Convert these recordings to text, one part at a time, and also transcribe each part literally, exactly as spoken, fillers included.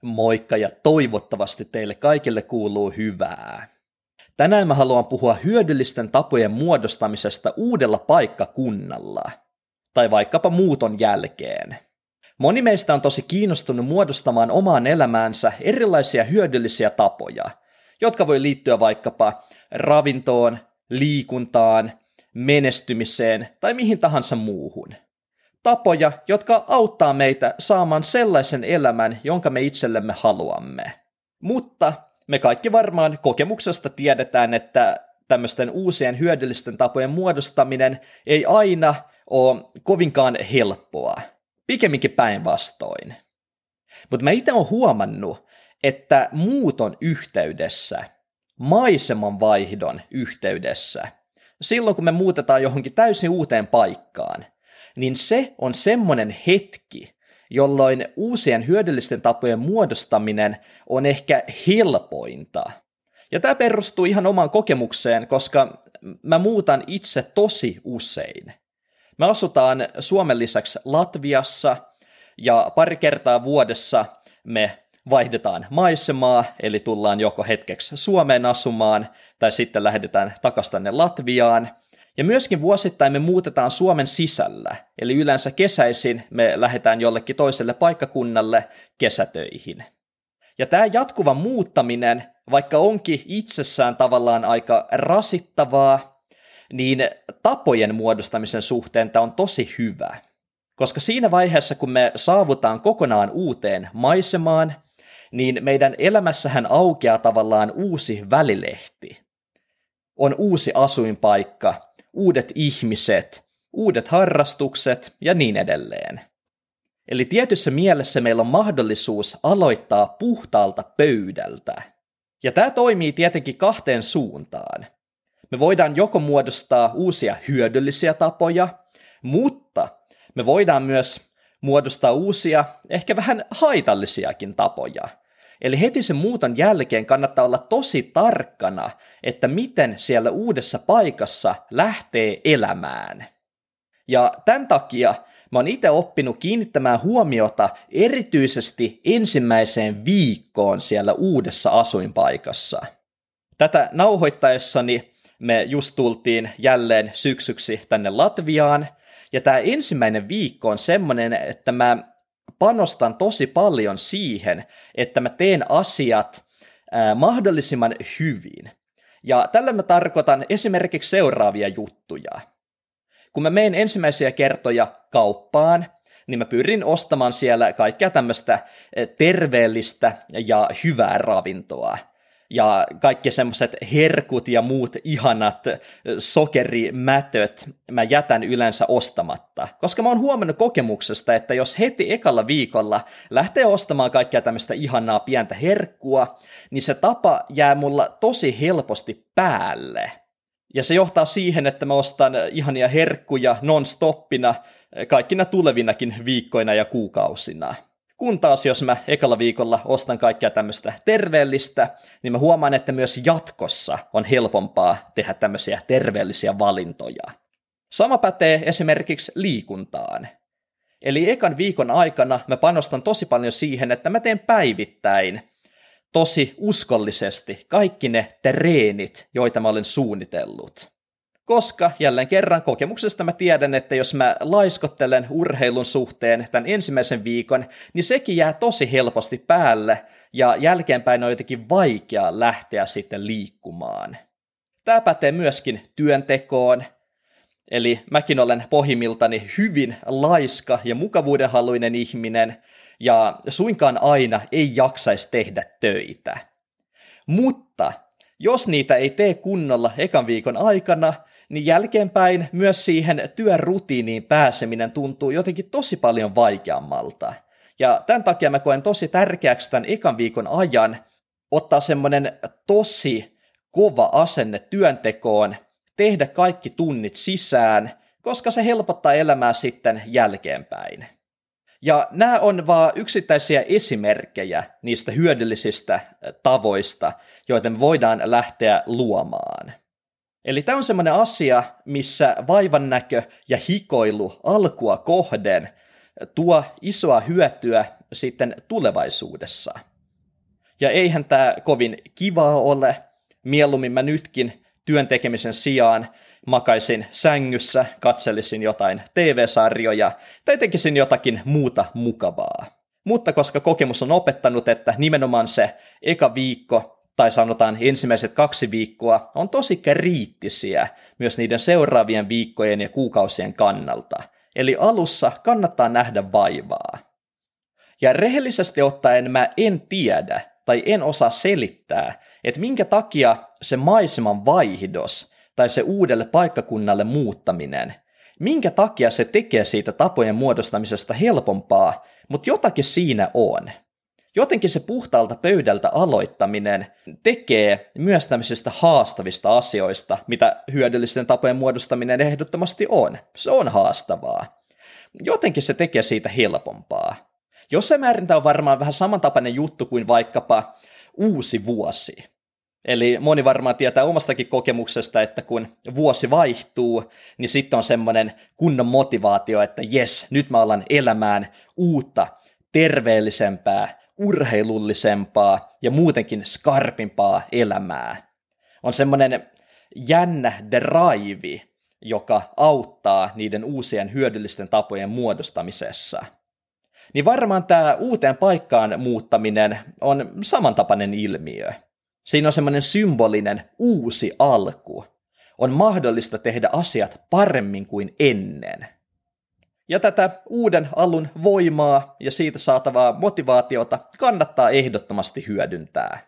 Moikka ja toivottavasti teille kaikille kuuluu hyvää. Tänään mä haluan puhua hyödyllisten tapojen muodostamisesta uudella paikkakunnalla, tai vaikkapa muuton jälkeen. Moni meistä on tosi kiinnostunut muodostamaan omaan elämäänsä erilaisia hyödyllisiä tapoja, jotka voi liittyä vaikkapa ravintoon, liikuntaan, menestymiseen tai mihin tahansa muuhun. Tapoja, jotka auttaa meitä saamaan sellaisen elämän, jonka me itsellemme haluamme. Mutta me kaikki varmaan kokemuksesta tiedetään, että tämmöisten uusien hyödyllisten tapojen muodostaminen ei aina ole kovinkaan helppoa. Pikemminkin päinvastoin. Mutta mä itse olen huomannut, että muuton yhteydessä, maiseman vaihdon yhteydessä, silloin kun me muutetaan johonkin täysin uuteen paikkaan, niin se on semmoinen hetki, jolloin uusien hyödyllisten tapojen muodostaminen on ehkä helpointa. Ja tämä perustuu ihan omaan kokemukseen, koska mä muutan itse tosi usein. Me asutaan Suomen lisäksi Latviassa, ja pari kertaa vuodessa me vaihdetaan maisemaa, eli tullaan joko hetkeksi Suomeen asumaan, tai sitten lähdetään takaisin tänne Latviaan. Ja myöskin vuosittain me muutetaan Suomen sisällä, eli yleensä kesäisin me lähdetään jollekin toiselle paikkakunnalle kesätöihin. Ja tämä jatkuva muuttaminen, vaikka onkin itsessään tavallaan aika rasittavaa, niin tapojen muodostamisen suhteen tämä on tosi hyvä. Koska siinä vaiheessa, kun me saavutaan kokonaan uuteen maisemaan, niin meidän elämässähän aukeaa tavallaan uusi välilehti. On uusi asuinpaikka, uudet ihmiset, uudet harrastukset ja niin edelleen. Eli tietyssä mielessä meillä on mahdollisuus aloittaa puhtaalta pöydältä. Ja tämä toimii tietenkin kahteen suuntaan. Me voidaan joko muodostaa uusia hyödyllisiä tapoja, mutta me voidaan myös muodostaa uusia, ehkä vähän haitallisiakin tapoja. Eli heti sen muuton jälkeen kannattaa olla tosi tarkkana, että miten siellä uudessa paikassa lähtee elämään. Ja tämän takia mä oon itse oppinut kiinnittämään huomiota erityisesti ensimmäiseen viikkoon siellä uudessa asuinpaikassa. Tätä nauhoittaessani me just tultiin jälleen syksyksi tänne Latviaan, ja tämä ensimmäinen viikko on semmoinen, että mä panostan tosi paljon siihen, että mä teen asiat ää, mahdollisimman hyvin. Ja tällä mä tarkoitan esimerkiksi seuraavia juttuja. Kun mä menen ensimmäisiä kertoja kauppaan, niin mä pyrin ostamaan siellä kaikkea tämmöistä terveellistä ja hyvää ravintoa. Ja kaikki semmoiset herkut ja muut ihanat sokerimätöt mä jätän yleensä ostamatta. Koska mä oon huomannut kokemuksesta, että jos heti ekalla viikolla lähtee ostamaan kaikkea tämmöistä ihanaa pientä herkkua, niin se tapa jää mulla tosi helposti päälle. Ja se johtaa siihen, että mä ostan ihania herkkuja non-stoppina kaikkina tulevinakin viikkoina ja kuukausina. Kun taas jos mä ekalla viikolla ostan kaikkea tämmöistä terveellistä, niin mä huomaan, että myös jatkossa on helpompaa tehdä tämmöisiä terveellisiä valintoja. Sama pätee esimerkiksi liikuntaan. Eli ekan viikon aikana mä panostan tosi paljon siihen, että mä teen päivittäin tosi uskollisesti kaikki ne treenit, joita mä olen suunnitellut. Koska jälleen kerran kokemuksesta mä tiedän, että jos mä laiskottelen urheilun suhteen tämän ensimmäisen viikon, niin sekin jää tosi helposti päälle ja jälkeenpäin on jotenkin vaikea lähteä sitten liikkumaan. Tämä pätee myöskin työntekoon. Eli mäkin olen pohjimmiltani hyvin laiska ja mukavuudenhaluinen ihminen ja suinkaan aina ei jaksaisi tehdä töitä. Mutta jos niitä ei tee kunnolla ekan viikon aikana, niin jälkeenpäin myös siihen työn rutiiniin pääseminen tuntuu jotenkin tosi paljon vaikeammalta. Ja tämän takia mä koen tosi tärkeäksi tämän ekan viikon ajan ottaa semmoinen tosi kova asenne työntekoon, tehdä kaikki tunnit sisään, koska se helpottaa elämää sitten jälkeenpäin. Ja nämä on vaan yksittäisiä esimerkkejä niistä hyödyllisistä tavoista, joita me voidaan lähteä luomaan. Eli tämä on semmoinen asia, missä vaivannäkö ja hikoilu alkua kohden tuo isoa hyötyä sitten tulevaisuudessa. Ja eihän tämä kovin kivaa ole. Mieluummin mä nytkin työn tekemisen sijaan makaisin sängyssä, katselisin jotain T V-sarjoja tai tekisin jotakin muuta mukavaa. Mutta koska kokemus on opettanut, että nimenomaan se eka viikko tai sanotaan ensimmäiset kaksi viikkoa on tosi kriittisiä myös niiden seuraavien viikkojen ja kuukausien kannalta. Eli alussa kannattaa nähdä vaivaa. Ja rehellisesti ottaen mä en tiedä tai en osaa selittää, että minkä takia se maiseman vaihdos tai se uudelle paikkakunnalle muuttaminen, minkä takia se tekee siitä tapojen muodostamisesta helpompaa, mutta jotakin siinä on. Jotenkin se puhtaalta pöydältä aloittaminen tekee myös tämmöisistä haastavista asioista, mitä hyödyllisten tapojen muodostaminen ehdottomasti on. Se on haastavaa. Jotenkin se tekee siitä helpompaa. Jossain määrin tämä on varmaan vähän samantapainen juttu kuin vaikkapa uusi vuosi. Eli moni varmaan tietää omastakin kokemuksesta, että kun vuosi vaihtuu, niin sitten on semmoinen kunnon motivaatio, että jes, nyt mä alan elämään uutta, terveellisempää, urheilullisempaa ja muutenkin skarpimpaa elämää. On semmoinen jännä drive, joka auttaa niiden uusien hyödyllisten tapojen muodostamisessa. Niin varmaan tämä uuteen paikkaan muuttaminen on samantapainen ilmiö. Siinä on semmoinen symbolinen uusi alku. On mahdollista tehdä asiat paremmin kuin ennen. Ja tätä uuden alun voimaa ja siitä saatavaa motivaatiota kannattaa ehdottomasti hyödyntää.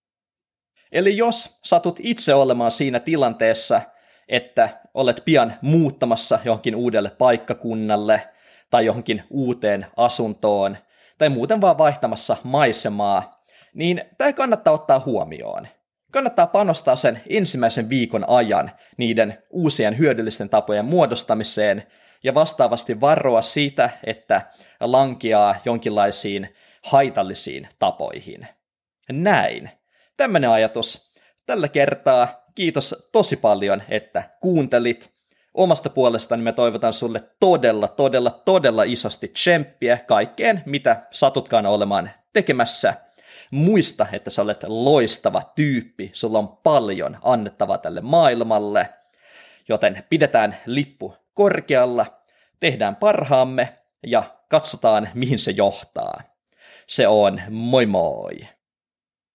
Eli jos satut itse olemaan siinä tilanteessa, että olet pian muuttamassa johonkin uudelle paikkakunnalle tai johonkin uuteen asuntoon tai muuten vaan vaihtamassa maisemaa, niin tämä kannattaa ottaa huomioon. Kannattaa panostaa sen ensimmäisen viikon ajan niiden uusien hyödyllisten tapojen muodostamiseen ja vastaavasti varoa siitä, että lankeaa jonkinlaisiin haitallisiin tapoihin. Näin. Tämmöinen ajatus tällä kertaa. Kiitos tosi paljon, että kuuntelit. Omasta puolestani me toivotan sulle todella, todella, todella isosti tsemppiä kaikkeen, mitä satutkaan olemaan tekemässä. Muista, että sä olet loistava tyyppi, sulla on paljon annettavaa tälle maailmalle, joten pidetään lippu korkealla, tehdään parhaamme ja katsotaan, mihin se johtaa. Se on moi moi!